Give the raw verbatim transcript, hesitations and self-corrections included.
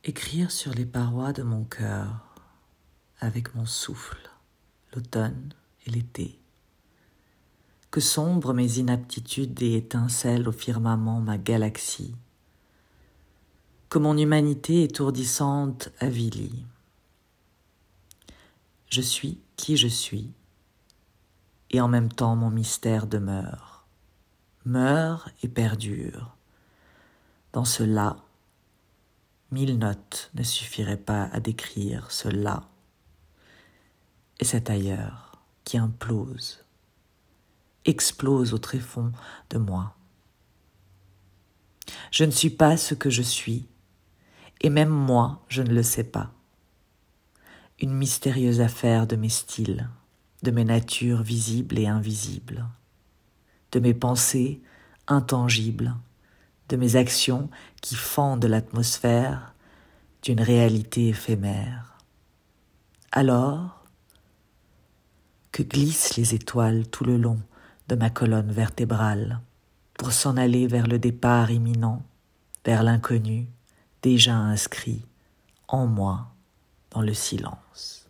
Écrire sur les parois de mon cœur, avec mon souffle, l'automne et l'été. Que sombrent mes inaptitudes et étincellent au firmament ma galaxie. Que mon humanité étourdissante avilie. Je suis qui je suis, et en même temps mon mystère demeure, meurt et perdure. Dans ce là, mille notes ne suffiraient pas à décrire ce là et cet ailleurs qui implose, explose au tréfonds de moi. Je ne suis pas ce que je suis, et même moi, je ne le sais pas. Une mystérieuse affaire de mes styles, de mes natures visibles et invisibles, de mes pensées intangibles, de mes actions qui fendent l'atmosphère d'une réalité éphémère. Alors que glissent les étoiles tout le long de ma colonne vertébrale pour s'en aller vers le départ imminent, vers l'inconnu déjà inscrit en moi dans le silence.